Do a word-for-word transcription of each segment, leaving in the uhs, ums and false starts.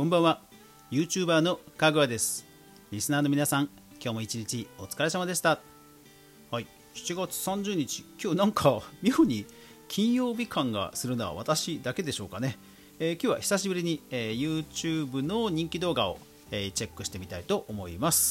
こんばんは。 YouTuber のかぐわです。リスナーの皆さん、今日も一日お疲れ様でした。はい、しちがつさんじゅうにち、今日なんか妙に金曜日感がするのは私だけでしょうかね。えー、今日は久しぶりに、えー、YouTube の人気動画を、えー、チェックしてみたいと思います。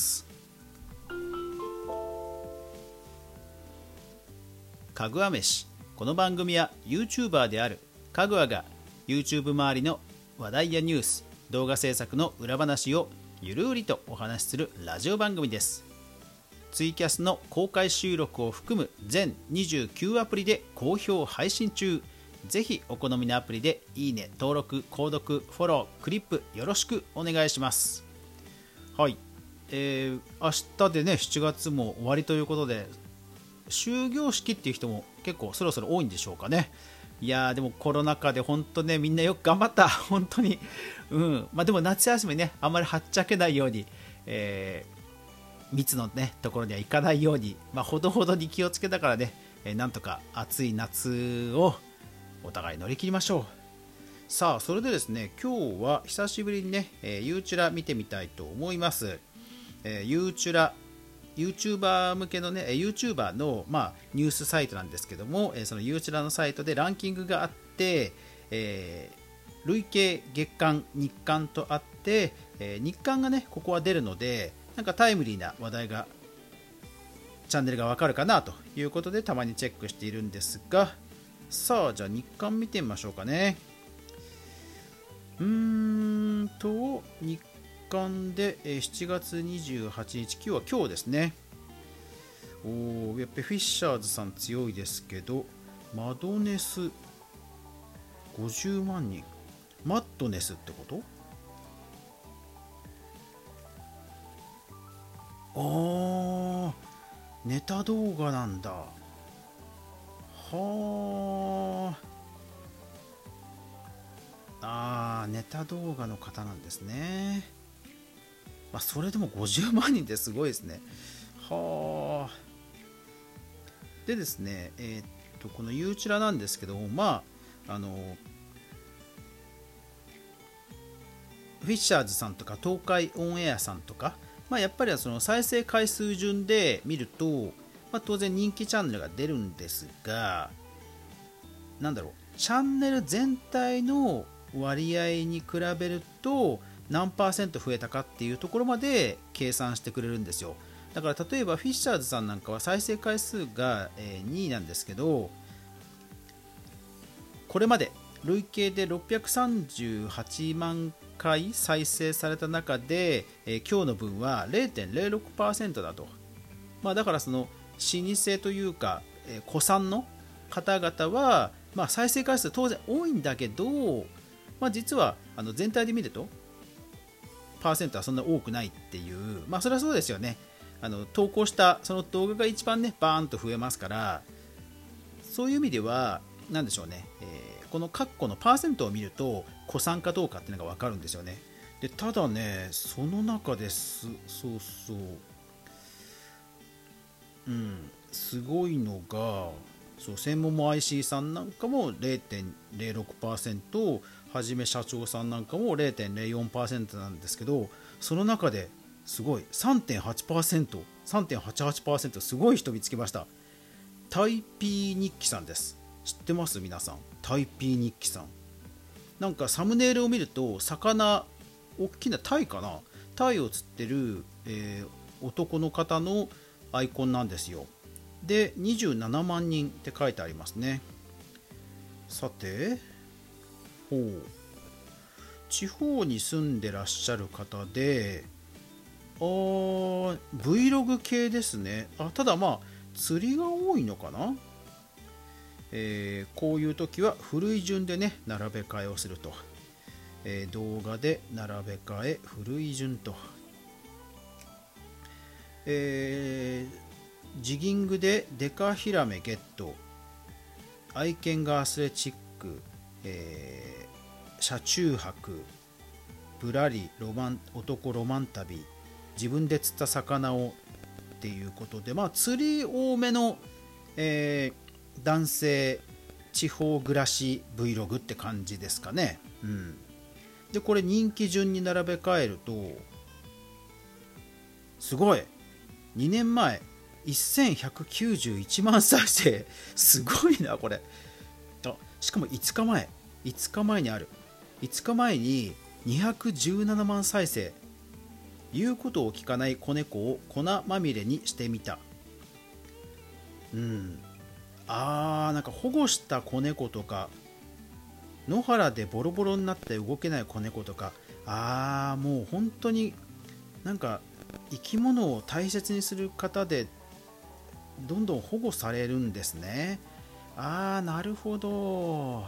かぐわ飯。この番組は YouTuber であるかぐわが YouTube 周りの話題やニュース、動画制作の裏話をゆるりとお話しするラジオ番組です。ツイキャスの公開収録を含む全にじゅうきゅうアプリで好評配信中。ぜひお好みのアプリでいいね、登録、購読、フォロー、クリップよろしくお願いします。はい、えー、明日でねしちがつも終わりということで、終業式っていう人も結構そろそろ多いんでしょうかね。いやーでもコロナ禍で本当ねみんなよく頑張った本当に。うんまあ、でも夏休みねあんまりはっちゃけないように、えー、密のねところには行かないように、まあ、ほどほどに気をつけながらね、えー、なんとか暑い夏をお互い乗り切りましょう。さあそれでですね、今日は久しぶりにね、えー、ユーチュラ見てみたいと思います。えー、ユーチュラYouTuber 向けのね YouTuber の、まあ、ニュースサイトなんですけども、その ユーチュラのサイトでランキングがあって、えー、累計月間日間とあって、えー、日間がねここは出るので、なんかタイムリーな話題がチャンネルがわかるかなということでたまにチェックしているんですが、さあじゃあ日間見てみましょうかね。うーんと日でしちがつにじゅうはちにち、今日は今日ですね。おやっぱりフィッシャーズさん強いですけど、マドネスごじゅうまんにん、マッドネスってこと？あー、ネタ動画なんだ。はあ、あーネタ動画の方なんですね。まあ、それでもごじゅうまんにんってすごいですね。はあ。でですね、えー、っとこのユーチュラなんですけども、まああのフィッシャーズさんとか東海オンエアさんとか、まあ、やっぱりその再生回数順で見ると、まあ、当然人気チャンネルが出るんですが、なんだろう、チャンネル全体の割合に比べると何パーセント増えたかっていうところまで計算してくれるんですよ。だから例えばフィッシャーズさんなんかは再生回数がにいなんですけど、これまで累計でろっぴゃくさんじゅうはちまんかい再生された中で、今日の分は れいてんれいろくパーセント だと。まあ、だからその老舗というか古参の方々は、まあ、再生回数当然多いんだけど、まあ、実はあの全体で見るとパーセントはそんな多くないっていう、まあそれはそうですよね。あの投稿したその動画が一番ねバーンと増えますから、そういう意味では何でしょうね、えー、この括弧のパーセントを見ると古参かどうかっていうのが分かるんですよね。でただね、その中ですそうそううんすごいのが、そう専門も アイシー さんなんかも れいてんれいろくパーセント、はじめ社長さんなんかも れいてんれいよんパーセント なんですけど、その中ですごい さんてんはちパーセント、さんてんはちはちパーセント すごい人見つけました。タイピー日記さんです。知ってます皆さん？タイピー日記さん、なんかサムネイルを見ると魚、大きなタイかな、タイを釣ってる、えー、男の方のアイコンなんですよ。でにじゅうななまんにんって書いてありますね。さて、ほう地方に住んでらっしゃる方で、あー Vlog 系ですね。あただまあ釣りが多いのかな。えー、こういう時は古い順でね並べ替えをすると、えー、動画で並べ替え古い順と、えー、ジギングでデカヒラメゲット、愛犬がアスレチック、えー、車中泊、ぶらりロマン男ロマン旅、自分で釣った魚をっていうことで、まあ釣り多めの、えー、男性地方暮らし Vlog って感じですかね。うんでこれ人気順に並べ替えるとすごい、にねんまえせんひゃくきゅうじゅういちまん再生、すごいなこれ。あ、しかもいつかまえいつかまえにある、いつかまえににひゃくじゅうななまん再生。言うことを聞かない子猫を粉まみれにしてみた。うん、あーなんか保護した子猫とか、野原でボロボロになって動けない子猫とか、あーもう本当になんか生き物を大切にする方でどんどん保護されるんですね。あーなるほど。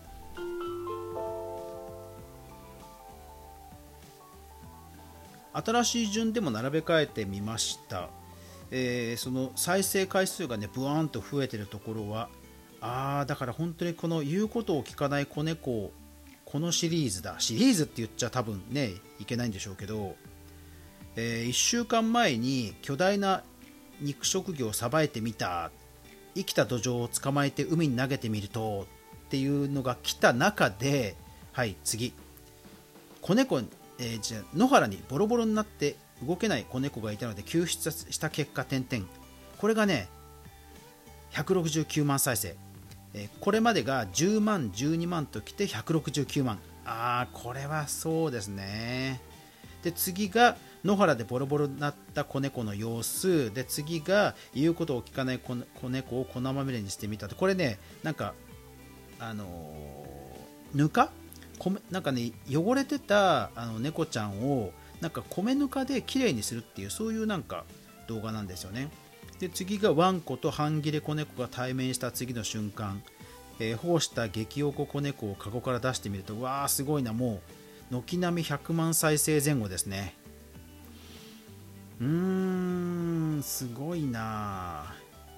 新しい順でも並べ替えてみました。えー、その再生回数がねブワーンと増えてるところは、あーだから本当にこの言うことを聞かない子猫、このシリーズだ、シリーズって言っちゃ多分ねいけないんでしょうけど、えー、いっしゅうかんまえに巨大な肉食魚をさばいてみた、生きたドジョウを捕まえて海に投げてみるとっていうのが来た中で、はい次子猫、えー、じゃ野原にボロボロになって動けない子猫がいたので救出した結果点々、これがねひゃくろくじゅうきゅうまん再生、えー、これまでがじゅうまんじゅうにまんときてひゃくろくじゅうきゅうまん、あーこれはそうですね。で次が野原でボロボロになった子猫の様子で、次が言うことを聞かない子猫を粉まみれにしてみた。これねなんかあのー、ぬか米なんかね汚れてたあの猫ちゃんをなんか米ぬかできれいにするっていう、そういうなんか動画なんですよね。で次がワンコと半切れ子猫が対面した次の瞬間、えー、保護した激おこ子猫をカゴから出してみると、わーすごいな、もう軒並みひゃくまん再生前後ですね。うーんすごいな。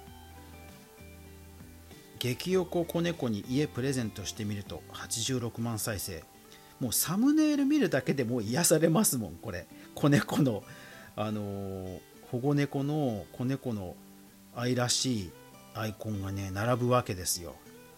激おこ子猫に家プレゼントしてみるとはちじゅうろくまん再生。もうサムネイル見るだけでもう癒されますもん。これ子猫のあのー、保護猫の子猫の愛らしいアイコンがね並ぶわけですよ。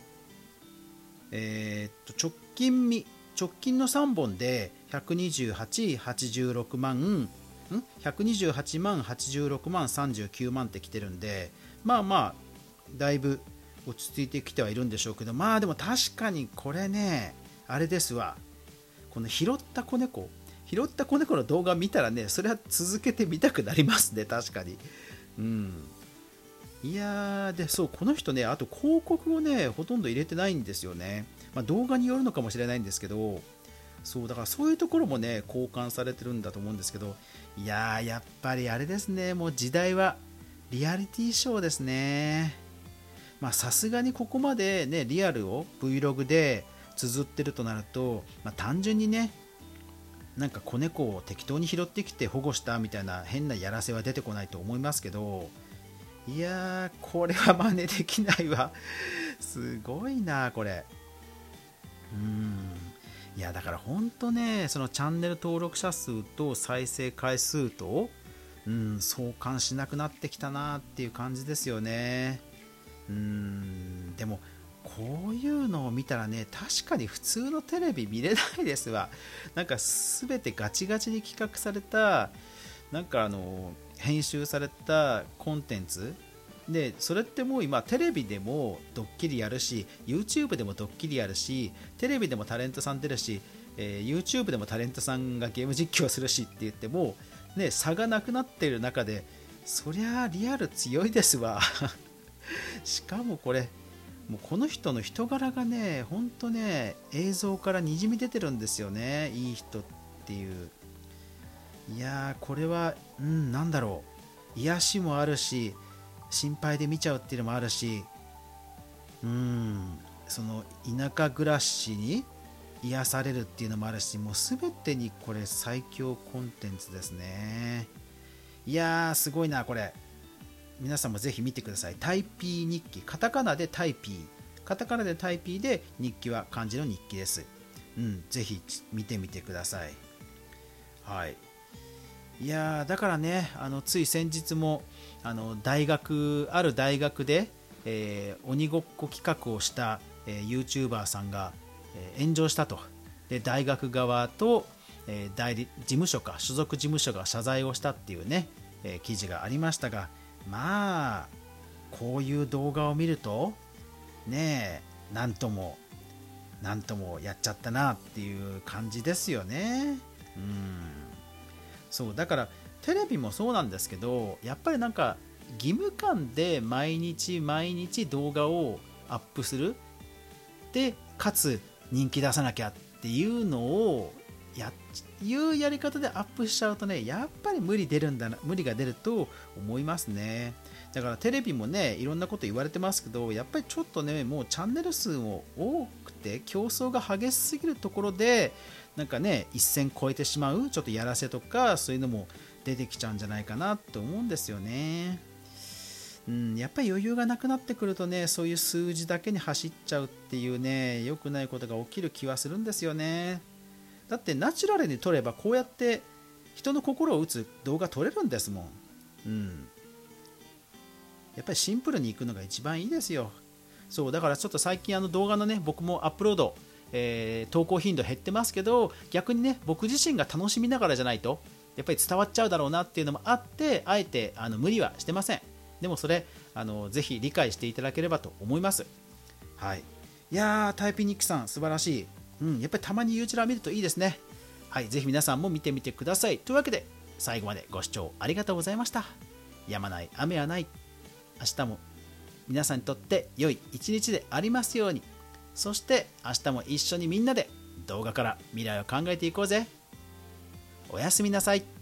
えー、っと直近み直近のさんぼんでひゃくにじゅうはち、はちじゅうろくまんんひゃくにじゅうはちまん、はちじゅうろくまん、さんじゅうきゅうまんってきてるんで、まあまあだいぶ落ち着いてきてはいるんでしょうけど、まあでも確かにこれねあれですわ、この拾った子猫拾った子猫の動画見たらね、それは続けてみたくなりますね、確かに。うん、いやーでそうこの人ね、あと広告をねほとんど入れてないんですよね。まあ、動画によるのかもしれないんですけど、そうだからそういうところもね交換されてるんだと思うんですけど、いやーやっぱりあれですね、もう時代はリアリティショーですね。まあさすがにここまでねリアルを Vlog で綴ってるとなると、まあ、単純にねなんか子猫を適当に拾ってきて保護したみたいな変なやらせは出てこないと思いますけど、いやーこれは真似できないわすごいなこれ。うーんいやだからほんとね、そのチャンネル登録者数と再生回数と、うん、相関しなくなってきたなっていう感じですよね。うーんでもこういうのを見たらね、確かに普通のテレビ見れないですわ。なんか全てガチガチに企画された、なんかあの編集されたコンテンツで、それってもう今テレビでもドッキリやるし YouTube でもドッキリやるし、テレビでもタレントさん出るし、えー、YouTube でもタレントさんがゲーム実況するしって言っても、ね、差がなくなっている中で、そりゃリアル強いですわしかもこれもうこの人の人柄がね、ほんとね映像からにじみ出てるんですよね、いい人っていう。いやーこれはうんなんだろう、癒しもあるし心配で見ちゃうっていうのもあるし、うーんその田舎暮らしに癒されるっていうのもあるし、もう全てにこれ最強コンテンツですね。いやーすごいなこれ。皆さんもぜひ見てください。タイピー日記、カタカナでタイピー、カタカナでタイピーで日記は漢字の日記です。うん、ぜひ見てみてください。はい。いやだからね、あのつい先日もあの大学ある大学で、えー、鬼ごっこ企画をした、えー、YouTuber さんが、えー、炎上したと。 で大学側と、えー、代理事務所か所属事務所が謝罪をしたっていうね、えー、記事がありましたが、まあこういう動画を見るとねえ、なんともなんともやっちゃったなっていう感じですよね。うん、そうだからテレビもそうなんですけど、やっぱりなんか義務感で毎日毎日動画をアップするで、かつ人気出さなきゃっていうのをやいうやり方でアップしちゃうとね、やっぱり無理出るんだな無理が出ると思いますね。だからテレビもねいろんなこと言われてますけど、やっぱりちょっとねもうチャンネル数も多くて競争が激しすぎるところでなんかね一線超えてしまうちょっとやらせとかそういうのも出てきちゃうんじゃないかなと思うんですよね。うん、やっぱり余裕がなくなってくるとね、そういう数字だけに走っちゃうっていうね良くないことが起きる気はするんですよね。だってナチュラルに撮ればこうやって人の心を打つ動画撮れるんですもん。うん、やっぱりシンプルにいくのが一番いいですよ。そうだからちょっと最近あの動画のね僕もアップロード、えー、投稿頻度減ってますけど、逆にね僕自身が楽しみながらじゃないとやっぱり伝わっちゃうだろうなっていうのもあって、あえてあの無理はしてません。でもそれあのぜひ理解していただければと思います。はい、いやータイピニックさん素晴らしい。うん、やっぱりたまに YouTube 見るといいですね。はい、ぜひ皆さんも見てみてください。というわけで最後までご視聴ありがとうございました。やまない雨はない。明日も皆さんにとって良い一日でありますように。そして明日も一緒にみんなで動画から未来を考えていこうぜ。おやすみなさい。